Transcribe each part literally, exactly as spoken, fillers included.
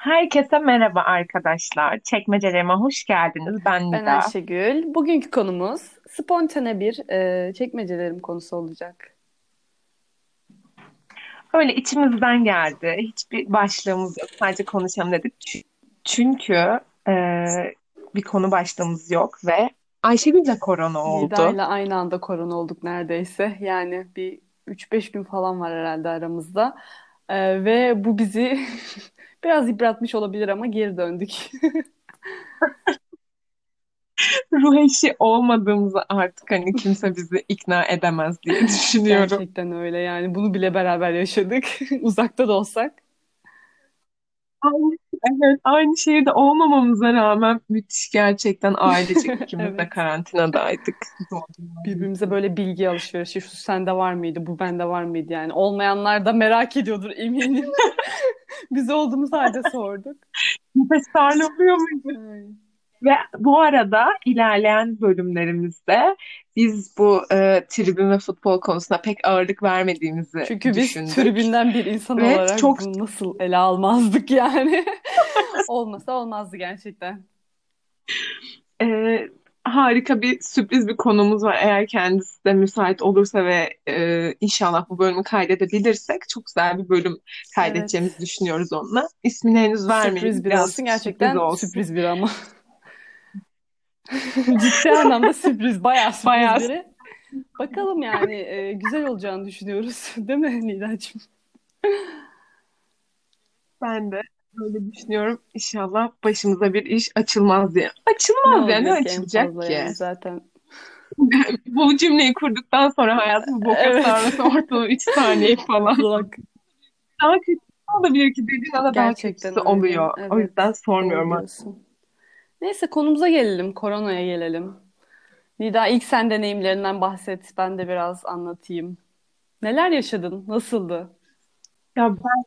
Herkese merhaba arkadaşlar. Çekmecelerime hoş geldiniz. Ben Ben Nida. Ayşegül. Bugünkü konumuz spontane bir e, çekmecelerim konusu olacak. Öyle içimizden geldi. Hiçbir başlığımız yok. Sadece konuşalım dedik. Ç- Çünkü e, bir konu başlığımız yok ve Ayşegül de korona Nida oldu. ile aynı anda korona olduk neredeyse. Yani bir üç beş gün falan var herhalde aramızda. E, ve bu bizi biraz yıpratmış olabilir ama geri döndük. Ruh eşi olmadığımızı artık hani kimse bizi ikna edemez diye düşünüyorum. Gerçekten öyle yani. Bunu bile beraber yaşadık. Uzakta da olsak. Aynı, evet, aynı şehirde olmamamıza rağmen müthiş gerçekten ailecek ikimiz de Evet. karantinadaydık. Zor Birbirimize günlerdi. böyle bilgi alışverişi. Şu sende var mıydı, bu bende var mıydı yani. Olmayanlar da merak ediyordur eminim. Biz olduğumuz halde sorduk. Nefes darlanıyor muydu? Ay. Ve bu arada ilerleyen bölümlerimizde biz bu e, tribün ve futbol konusuna pek ağırlık vermediğimizi Çünkü biz düşündük. tribünden bir insan Ve olarak çok bunu nasıl ele almazdık yani. Olmasa olmazdı gerçekten. e, harika bir sürpriz bir konumuz var. Eğer kendisi de müsait olursa ve e, inşallah bu bölümü kaydedebilirsek çok güzel bir bölüm kaydedeceğimizi Evet. düşünüyoruz onunla. İsmini henüz Sürpriz vermeyelim. bir olsun. Birazcık sürpriz Gerçekten olsun. sürpriz bir ama. Ciddi anlamda sürpriz. Bayağı sürpriz Bayağı biri. Bakalım yani e, güzel olacağını düşünüyoruz. Değil mi Nidacığım? ben de öyle düşünüyorum. İnşallah başımıza bir iş açılmaz diye. Ne Açılmaz yani, ne olacak ki en açılacak fazla ki? yani zaten. Bu cümleyi kurduktan sonra hayatımı boka Evet. sarması ortalama üç saniye falan. Bak. Daha kötüsü olabilir ki, dediğin anda daha Gerçekten kötüsü öyle. oluyor. O yüzden Evet. Doğru sormuyorum. diyorsun. Neyse konumuza gelelim. Koronaya gelelim. Nida ilk sen deneyimlerinden bahset. Ben de biraz anlatayım. Neler yaşadın? Nasıldı? Ya ben,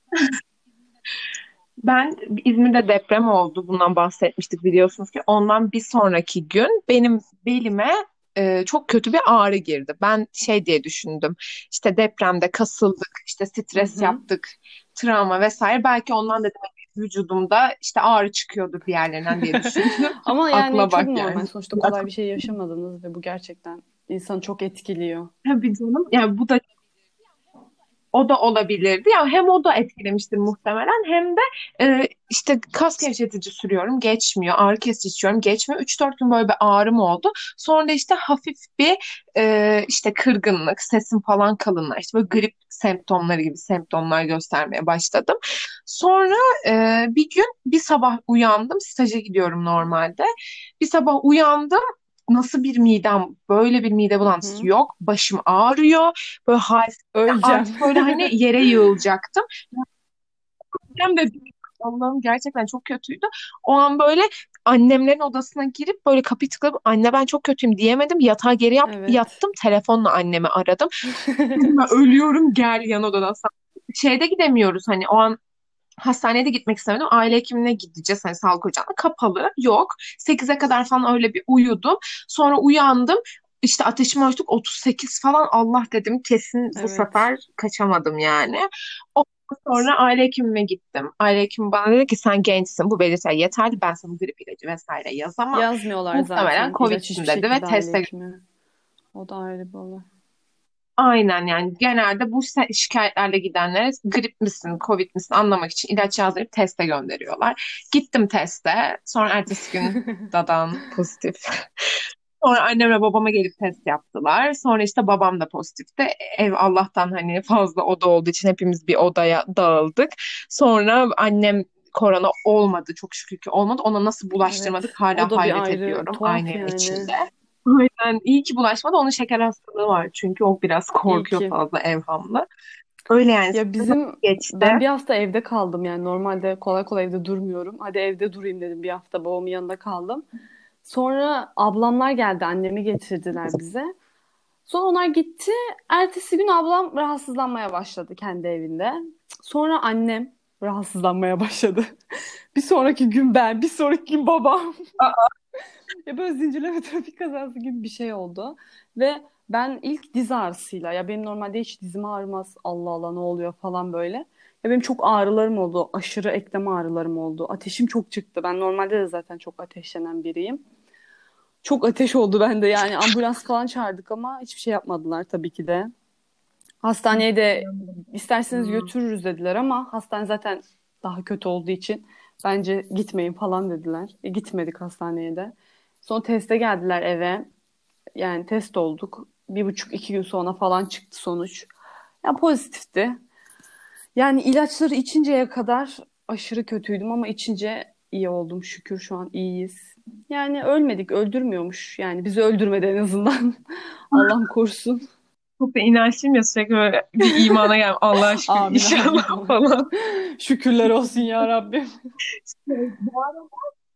ben İzmir'de deprem oldu. Bundan bahsetmiştik biliyorsunuz ki. Ondan bir sonraki gün benim belime e, çok kötü bir ağrı girdi. Ben şey diye düşündüm. İşte depremde kasıldık, işte Hı stres hı. yaptık, travma vesaire. Belki ondan dedim vücudumda işte ağrı çıkıyordur bir yerlerinden diye düşündüm. Ama yani Akla çok bak normal. yani. Sonuçta kolay bir şey yaşamadınız ve bu gerçekten insanı çok etkiliyor. Tabii canım. Yani bu da o da olabilirdi. Ya hem o da etkilemiştir muhtemelen, hem de e, işte kas gevşetici sürüyorum, geçmiyor. Ağrı kesici içiyorum, geçmiyor. Üç dört gün böyle bir ağrım oldu. Sonra da işte hafif bir e, işte kırgınlık, sesim falan kalınlaştı. Böyle grip semptomları gibi semptomlar göstermeye başladım. Sonra e, bir gün bir sabah uyandım. Staja gidiyorum normalde. Bir sabah uyandım. Nasıl bir midem, böyle bir mide Hı bulantısı hı. yok. Başım ağrıyor. Böyle halsiz, Öleceğim. artık böyle hani yere yığılacaktım. Hem de Allah'ım, gerçekten çok kötüydü. O an böyle annemlerin odasına girip böyle kapıyı tıklayıp anne ben çok kötüyüm diyemedim. Yatağa geri yap, Evet. yattım. Telefonla annemi aradım. Dedim ben ölüyorum, gel yan odadan. Şeyde gidemiyoruz hani o an, hastaneye de gitmek istemedim. Aile hekimine gideceğiz hani, sağlık ocağına. Kapalı, yok. sekize kadar falan öyle bir uyudum. Sonra uyandım. İşte ateşimi ölçtük, otuz sekiz falan. Allah dedim, kesin bu Evet. sefer kaçamadım yani. Ondan sonra aile hekimime gittim. Aile hekimi bana dedi ki sen gençsin, bu belirtiler yeterli. Ben sana grip ilacı vesaire yazamam. Yazmıyorlar Muhtemelen zaten ilaç hiçbir Covid'sin dedi ve şekilde aile teste. hekimi. O da ayrı bir olay. Aynen, yani genelde bu şi- şikayetlerle gidenlere grip misin, covid misin anlamak için ilaç yazdırıp teste gönderiyorlar. Gittim teste. Sonra ertesi gün dadan pozitif. Sonra annemle babama gelip test yaptılar. Sonra işte babam da pozitifti. Ev Allah'tan hani fazla oda olduğu için hepimiz bir odaya dağıldık. Sonra annem korona olmadı, çok şükür ki olmadı. Ona nasıl bulaştırmadık Evet. O hala da bir hayret ayrı ediyorum aynı tuhaf evin yani. içinde. O yüzden iyi ki bulaşmadı. Onun şeker hastalığı var. Çünkü o biraz İyi korkuyor ki. fazla evhamlı. Öyle yani. Ya Sizin bizim nasıl geçti? ben bir hafta evde kaldım yani normalde kolay kolay evde durmuyorum. Hadi evde durayım dedim bir hafta babamın yanında kaldım. Sonra ablamlar geldi annemi getirdiler bize. Sonra onlar gitti. Ertesi gün ablam rahatsızlanmaya başladı kendi evinde. Sonra annem rahatsızlanmaya başladı. Bir sonraki gün ben, bir sonraki gün babam. Ya böyle zincirleme trafik kazası gibi bir şey oldu. Ve ben ilk diz ağrısıyla ya benim normalde hiç dizim ağrımaz. Allah Allah ne oluyor falan böyle. Ya benim çok ağrılarım oldu. Aşırı eklem ağrılarım oldu. Ateşim çok çıktı. Ben normalde de zaten çok ateşlenen biriyim. Çok ateş oldu bende yani. Ambulans falan çağırdık ama hiçbir şey yapmadılar tabii ki de. Hastaneye de isterseniz Hmm. götürürüz dediler ama hastane zaten daha kötü olduğu için bence gitmeyin falan dediler. E, gitmedik hastaneye de. Sonra teste geldiler eve. Yani test olduk. Bir buçuk iki gün sonra falan çıktı sonuç. Ya pozitifti. Yani ilaçları içinceye kadar aşırı kötüydüm ama içince iyi oldum şükür şu an iyiyiz. Yani ölmedik, öldürmüyormuş. Yani bizi öldürmedi en azından. Allah'ım korusun. Çok da inançlıyım ya, sürekli böyle bir imana gel Allah'a şükür Amin amin inşallah falan. falan. Şükürler olsun ya Rabbim. Şey, bu arada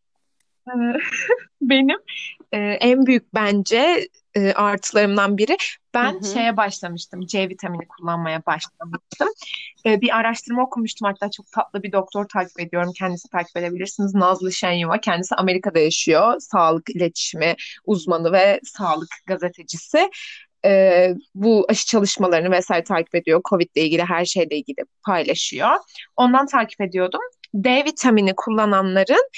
e, benim e, en büyük bence e, artılarımdan biri, Hı ben hı. şeye başlamıştım. C vitamini kullanmaya başlamıştım. E, bir araştırma okumuştum. Hatta çok tatlı bir doktor takip ediyorum. Kendisi takip edebilirsiniz. Nazlı Şenyuva. Kendisi Amerika'da yaşıyor. Sağlık iletişimi uzmanı ve sağlık gazetecisi. E, bu aşı çalışmalarını vesaire takip ediyor. Covid ile ilgili her şeyle ilgili paylaşıyor. Ondan takip ediyordum. D vitamini kullananların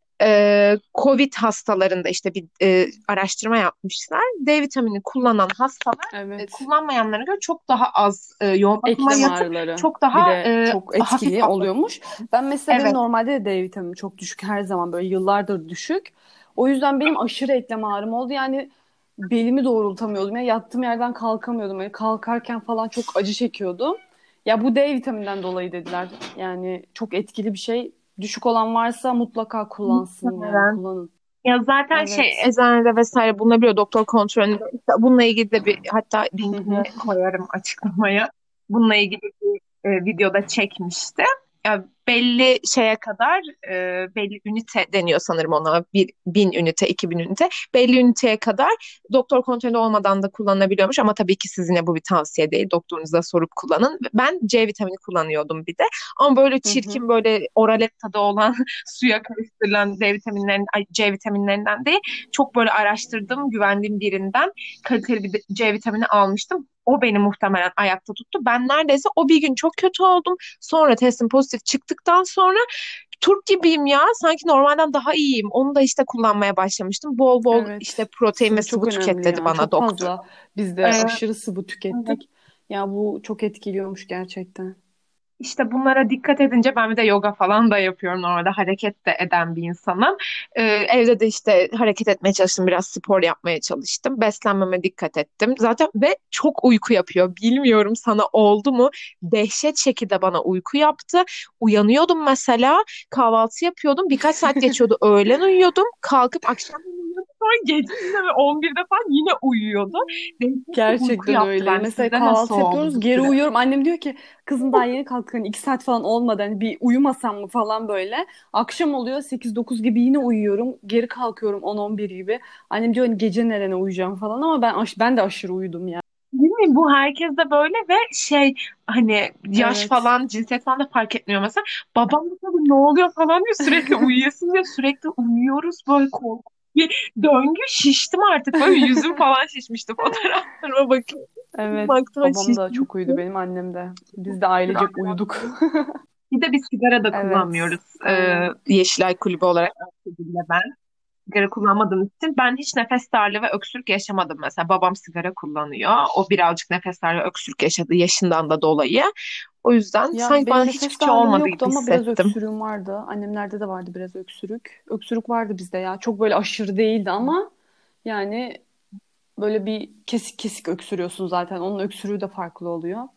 e, Covid hastalarında işte bir e, araştırma yapmışlar. D vitamini kullanan hastalar e, Evet. kullanmayanlara göre çok daha az e, yoğun bakıma Eklem yatıp ağrıları çok bir daha de e, çok hafif etkili atlatıyor. oluyormuş. Ben mesela benim Evet, normalde de D vitaminim çok düşük her zaman böyle yıllardır düşük. O yüzden benim aşırı eklem ağrım oldu. Yani belimi doğrultamıyordum. Ya yattığım yerden kalkamıyordum. Yani kalkarken falan çok acı çekiyordum. Ya bu D vitaminden dolayı dediler. Yani çok etkili bir şey. Düşük olan varsa mutlaka kullansın yani muhtemelen. kullanın. Ya zaten şey, Evet. eczanede vesaire bulunabiliyor, doktor kontrolünde. İşte bununla ilgili de bir, hatta Hı hı. linkini koyarım açıklamaya. Bununla ilgili bir e, videoda çekmişti. Ya belli şeye kadar e, belli ünite deniyor sanırım ona. Bir, bin ünite, iki bin ünite. Belli üniteye kadar doktor kontrolünde olmadan da kullanılabiliyormuş. Ama tabii ki siz yine bu bir tavsiye değil. Doktorunuza sorup kullanın. Ben C vitamini kullanıyordum bir de. Ama böyle Hı hı. çirkin, böyle oralet tadı olan suya karıştırılan D vitaminlerin, ay, C vitaminlerinden değil. Çok böyle araştırdım, güvendiğim birinden kaliteli bir C vitamini almıştım. O beni muhtemelen ayakta tuttu. Ben neredeyse o bir gün çok kötü oldum. Sonra testim pozitif çıktıktan sonra Türk gibiyim ya. Sanki normalden daha iyiyim. Onu da işte kullanmaya başlamıştım. Bol bol işte Evet. protein ve Sıvı sıvı çok tüket önemli dedi ya. bana Çok doktor. fazla biz de Ee, aşırı sıvı evet. tükettik. Ya bu çok etkiliyormuş gerçekten. İşte bunlara dikkat edince, ben bir de yoga falan da yapıyorum. Normalde hareket de eden bir insanım. Ee, evde de işte hareket etmeye çalıştım. Biraz spor yapmaya çalıştım. Beslenmeme dikkat ettim. Zaten ve çok uyku yapıyor. Bilmiyorum sana oldu mu? Dehşet şekilde bana uyku yaptı. Uyanıyordum mesela. Kahvaltı yapıyordum. Birkaç saat geçiyordu. Öğlen uyuyordum. Kalkıp akşam uyuyordum. Sonra gece yine ve on birde falan yine uyuyordu. Dehşet bir uyku Gerçekten yaptı öyle. ben. Mesela Sizde nasıl kahvaltı oldu yapıyoruz, bu geri süre? uyuyorum. Annem diyor ki kızım daha yeni kalktın hani iki saat falan olmadı hani bir uyumasam mı falan böyle. Akşam oluyor sekiz dokuz gibi yine uyuyorum. Geri kalkıyorum on on bir gibi. Annem diyor hani gece nerene uyuyacağım falan ama ben aş- ben de aşırı uyudum ya. Değil mi? Bu herkes de böyle ve şey, hani yaş Evet. falan, cinsiyet falan da fark etmiyor mesela. Babam da tabii ne oluyor falan diyor, sürekli uyuyasın diyor, sürekli uyuyoruz, böyle korkunç bir döngü. Şiştim artık, böyle yüzüm falan şişmişti, fotoğraflarıma bakıp Evet. baktan Babam da çok uyudu şişmişti. benim annem de. Biz de ailecek uyuduk. Bir de biz sigara da Evet. kullanmıyoruz. Ee, Aynen. Yeşilay Kulübü olarak Ayşegül'le ben. Sigara kullanmadığım için ben hiç nefes darlığı ve öksürük yaşamadım mesela. Babam sigara kullanıyor. O birazcık nefes darlığı ve öksürük yaşadı yaşından da dolayı. O yüzden Ya sanki bana benim hiçbir nefes şey darlığım olmadı yoktu gibi ama biraz hissettim. öksürüğüm vardı. Annemlerde de vardı biraz öksürük. Öksürük vardı bizde ya. Çok böyle aşırı değildi ama yani böyle bir kesik kesik öksürüyorsun zaten. Onun öksürüğü de farklı oluyor.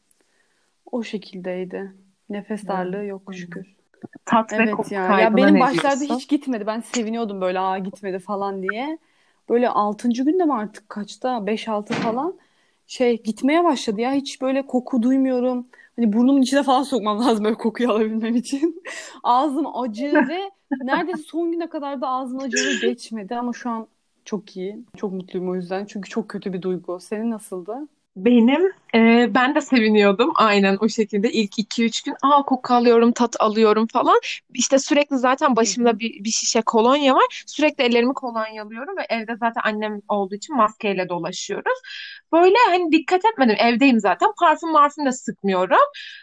O şekildeydi. Nefes darlığı yok şükür. Tat ve Evet koku ya. Ya kaybına benim ne başlarda diyorsun? hiç gitmedi. Ben seviniyordum böyle aa gitmedi falan diye. Böyle altıncı günde mi artık kaçta? Beş altı falan. Şey gitmeye başladı ya. Hiç böyle koku duymuyorum. Hani burnumun içine falan sokmam lazım böyle kokuyu alabilmem için. Ağzım acı ve neredeyse son güne kadar da ağzımın acılığı geçmedi ama şu an çok iyi. Çok mutluyum o yüzden. Çünkü çok kötü bir duygu. Senin nasıldı? Benim e, ben de seviniyordum aynen o şekilde ilk iki üç gün, aa koku alıyorum, tat alıyorum falan. İşte sürekli zaten Hı hı. başımda bir, bir şişe kolonya var, sürekli ellerimi kolonyalıyorum ve evde zaten annem olduğu için maskeyle dolaşıyoruz. Böyle hani dikkat etmedim, evdeyim zaten, parfüm marfüm de sıkmıyorum.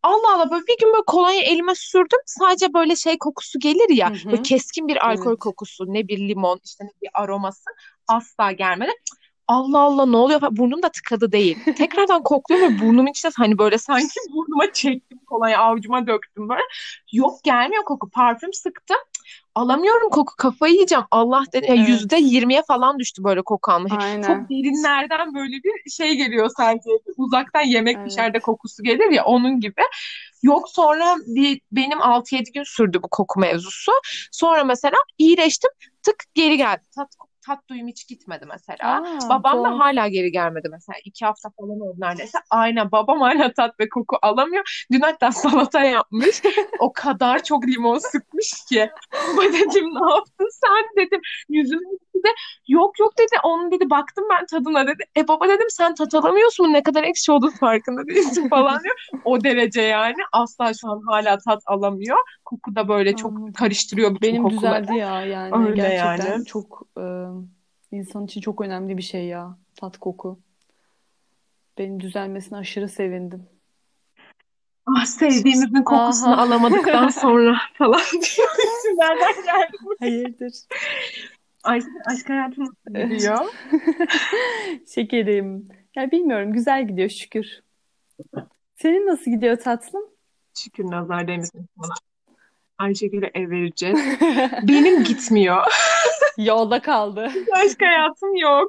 Allah Allah, böyle bir gün böyle kolonya elime sürdüm. Sadece böyle şey kokusu gelir Hı ya. Böyle hı. keskin bir alkol Evet. kokusu. Ne bir limon, işte ne bir aroması. Asla gelmedi. Allah Allah, ne oluyor falan. Burnum da tıkadı değil. Tekrardan kokluyorum ve burnumun içine hani böyle sanki burnuma çektim kolonya, avucuma döktüm böyle. Yok, gelmiyor koku. Parfüm sıktım. Alamıyorum koku, kafayı yiyeceğim. Allah dedi. Yani yüzde Evet. yirmiye falan düştü böyle koku alma şey. Çok Aynen. derinlerden böyle bir şey geliyor sanki. Uzaktan yemek pişerde Evet. kokusu gelir ya, onun gibi. Yok, sonra bir, benim altı yedi gün sürdü bu koku mevzusu. Sonra mesela iyileştim. Tık, geri geldi. Tat, tat duyum hiç gitmedi mesela. Aa, Babam da tuhaf. hala geri gelmedi mesela. İki hafta falan oldu neredeyse. Aynen, babam hala tat ve koku alamıyor. Dün hatta salata yapmış. O kadar çok limon sıkmış ki. Baba dedim, ne yaptın sen dedim. Yüzüme de yok yok dedi. Onun dedi, baktım ben tadına dedi. E baba dedim, sen tat alamıyorsun. Ne kadar ekşi olduğunu farkında değilsin falan diyor. O derece yani. Asla şu an hala tat alamıyor. Koku da böyle çok Anladım. karıştırıyor bütün Benim kokuları. düzeldi ya, yani Öyle gerçekten yani. çok e, insan için çok önemli bir şey ya, tat koku. Benim düzelmesine aşırı sevindim. Ah, sevdiğimizin Aha. kokusunu alamadıktan sonra falan diyor. Nereden geldi? Hayırdır? Aşk, aşk hayatım nasıl gidiyor? Şekerim. Ya bilmiyorum, güzel gidiyor şükür. Senin nasıl gidiyor tatlım? Şükür, nazar değmesin sana. Aynı şekilde ev vereceğiz. Benim gitmiyor. Yolda kaldı. Aşk hayatım yok.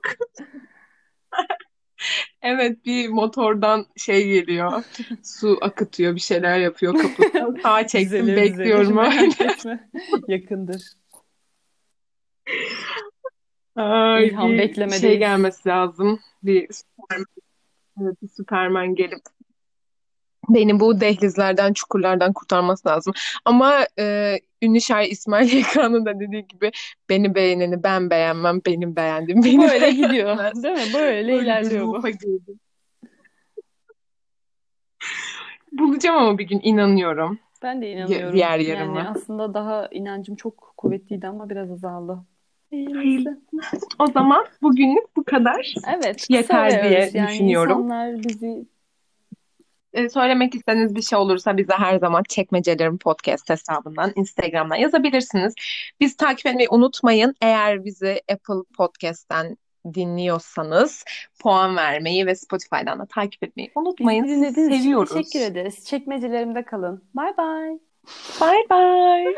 Evet, bir motordan şey geliyor. Su akıtıyor, bir şeyler yapıyor kapıdan. Sağa çektim, Düzelir düzelir, bekliyorum öyle. merak etme. Yakındır. Ay, İlham bir şey beklemedeyiz. gelmesi lazım. Bir, evet, bir Süpermen gelip beni bu dehlizlerden, çukurlardan kurtarması lazım. Ama e, ünlü şair İsmail Yakan'ın da dediği gibi, beni beğeneni ben beğenmem, benim beğendiğim beni Böyle gidiyor, beğenmez. değil mi? Böyle Böyle bir ilerliyor bu. loop'a girdim. Bulacağım ama bir gün, inanıyorum. Ben de Ye- inanıyorum. diğer Yani yarımı. aslında daha inancım çok kuvvetliydi ama biraz azaldı. Hayır. Hayırlısı. O zaman bugünlük bu kadar. Evet, kısa Yeter ve öz. diye Yani düşünüyorum. insanlar bizi E, söylemek istediğiniz bir şey olursa bize her zaman Çekmecelerin Podcast hesabından, Instagram'dan yazabilirsiniz. Biz takip etmeyi unutmayın. Eğer bizi Apple Podcast'ten dinliyorsanız puan vermeyi ve Spotify'dan da takip etmeyi bizi unutmayın. Sizi dinlediğiniz için teşekkür seviyoruz. ederiz. Çekmecelerimde kalın. Bay bay. Bye bye.